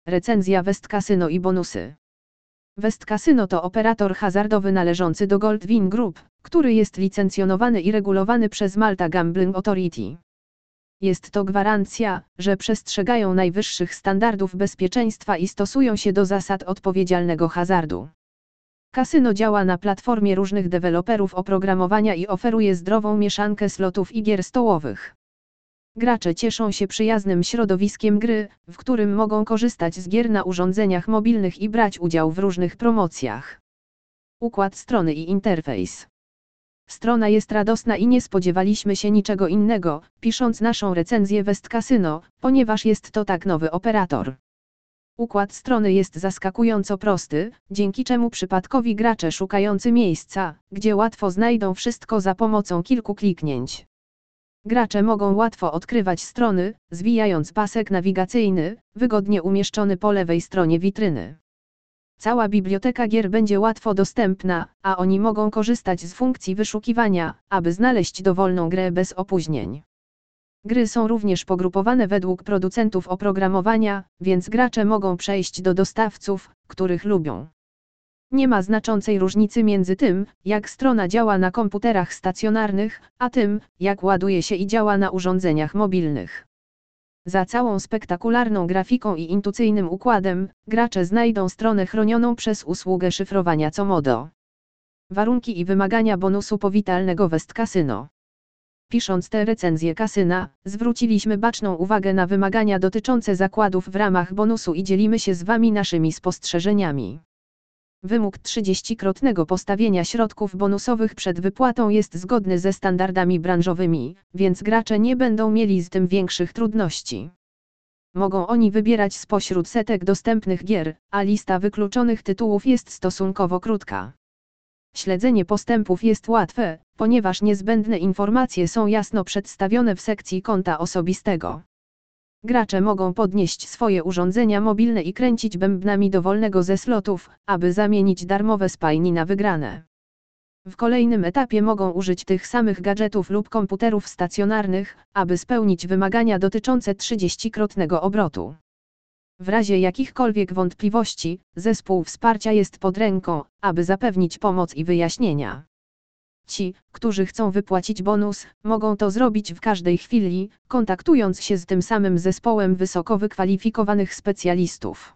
Recenzja West Casino i bonusy. West Casino to operator hazardowy należący do Goldwyn Group, który jest licencjonowany i regulowany przez Malta Gambling Authority. Jest to gwarancja, że przestrzegają najwyższych standardów bezpieczeństwa i stosują się do zasad odpowiedzialnego hazardu. Kasyno działa na platformie różnych deweloperów oprogramowania i oferuje zdrową mieszankę slotów i gier stołowych. Gracze cieszą się przyjaznym środowiskiem gry, w którym mogą korzystać z gier na urządzeniach mobilnych i brać udział w różnych promocjach. Układ strony i interfejs. Strona jest radosna i nie spodziewaliśmy się niczego innego, pisząc naszą recenzję West Casino, ponieważ jest to tak nowy operator. Układ strony jest zaskakująco prosty, dzięki czemu przypadkowi gracze szukający miejsca, gdzie łatwo znajdą wszystko za pomocą kilku kliknięć. Gracze mogą łatwo odkrywać strony, zwijając pasek nawigacyjny, wygodnie umieszczony po lewej stronie witryny. Cała biblioteka gier będzie łatwo dostępna, a oni mogą korzystać z funkcji wyszukiwania, aby znaleźć dowolną grę bez opóźnień. Gry są również pogrupowane według producentów oprogramowania, więc gracze mogą przejść do dostawców, których lubią. Nie ma znaczącej różnicy między tym, jak strona działa na komputerach stacjonarnych, a tym, jak ładuje się i działa na urządzeniach mobilnych. Za całą spektakularną grafiką i intuicyjnym układem, gracze znajdą stronę chronioną przez usługę szyfrowania Comodo. Warunki i wymagania bonusu powitalnego West Casino. Pisząc tę recenzję kasyna, zwróciliśmy baczną uwagę na wymagania dotyczące zakładów w ramach bonusu i dzielimy się z Wami naszymi spostrzeżeniami. Wymóg 30-krotnego postawienia środków bonusowych przed wypłatą jest zgodny ze standardami branżowymi, więc gracze nie będą mieli z tym większych trudności. Mogą oni wybierać spośród setek dostępnych gier, a lista wykluczonych tytułów jest stosunkowo krótka. Śledzenie postępów jest łatwe, ponieważ niezbędne informacje są jasno przedstawione w sekcji konta osobistego. Gracze mogą podnieść swoje urządzenia mobilne i kręcić bębnami dowolnego ze slotów, aby zamienić darmowe spajni na wygrane. W kolejnym etapie mogą użyć tych samych gadżetów lub komputerów stacjonarnych, aby spełnić wymagania dotyczące 30-krotnego obrotu. W razie jakichkolwiek wątpliwości, zespół wsparcia jest pod ręką, aby zapewnić pomoc i wyjaśnienia. Ci, którzy chcą wypłacić bonus, mogą to zrobić w każdej chwili, kontaktując się z tym samym zespołem wysoko wykwalifikowanych specjalistów.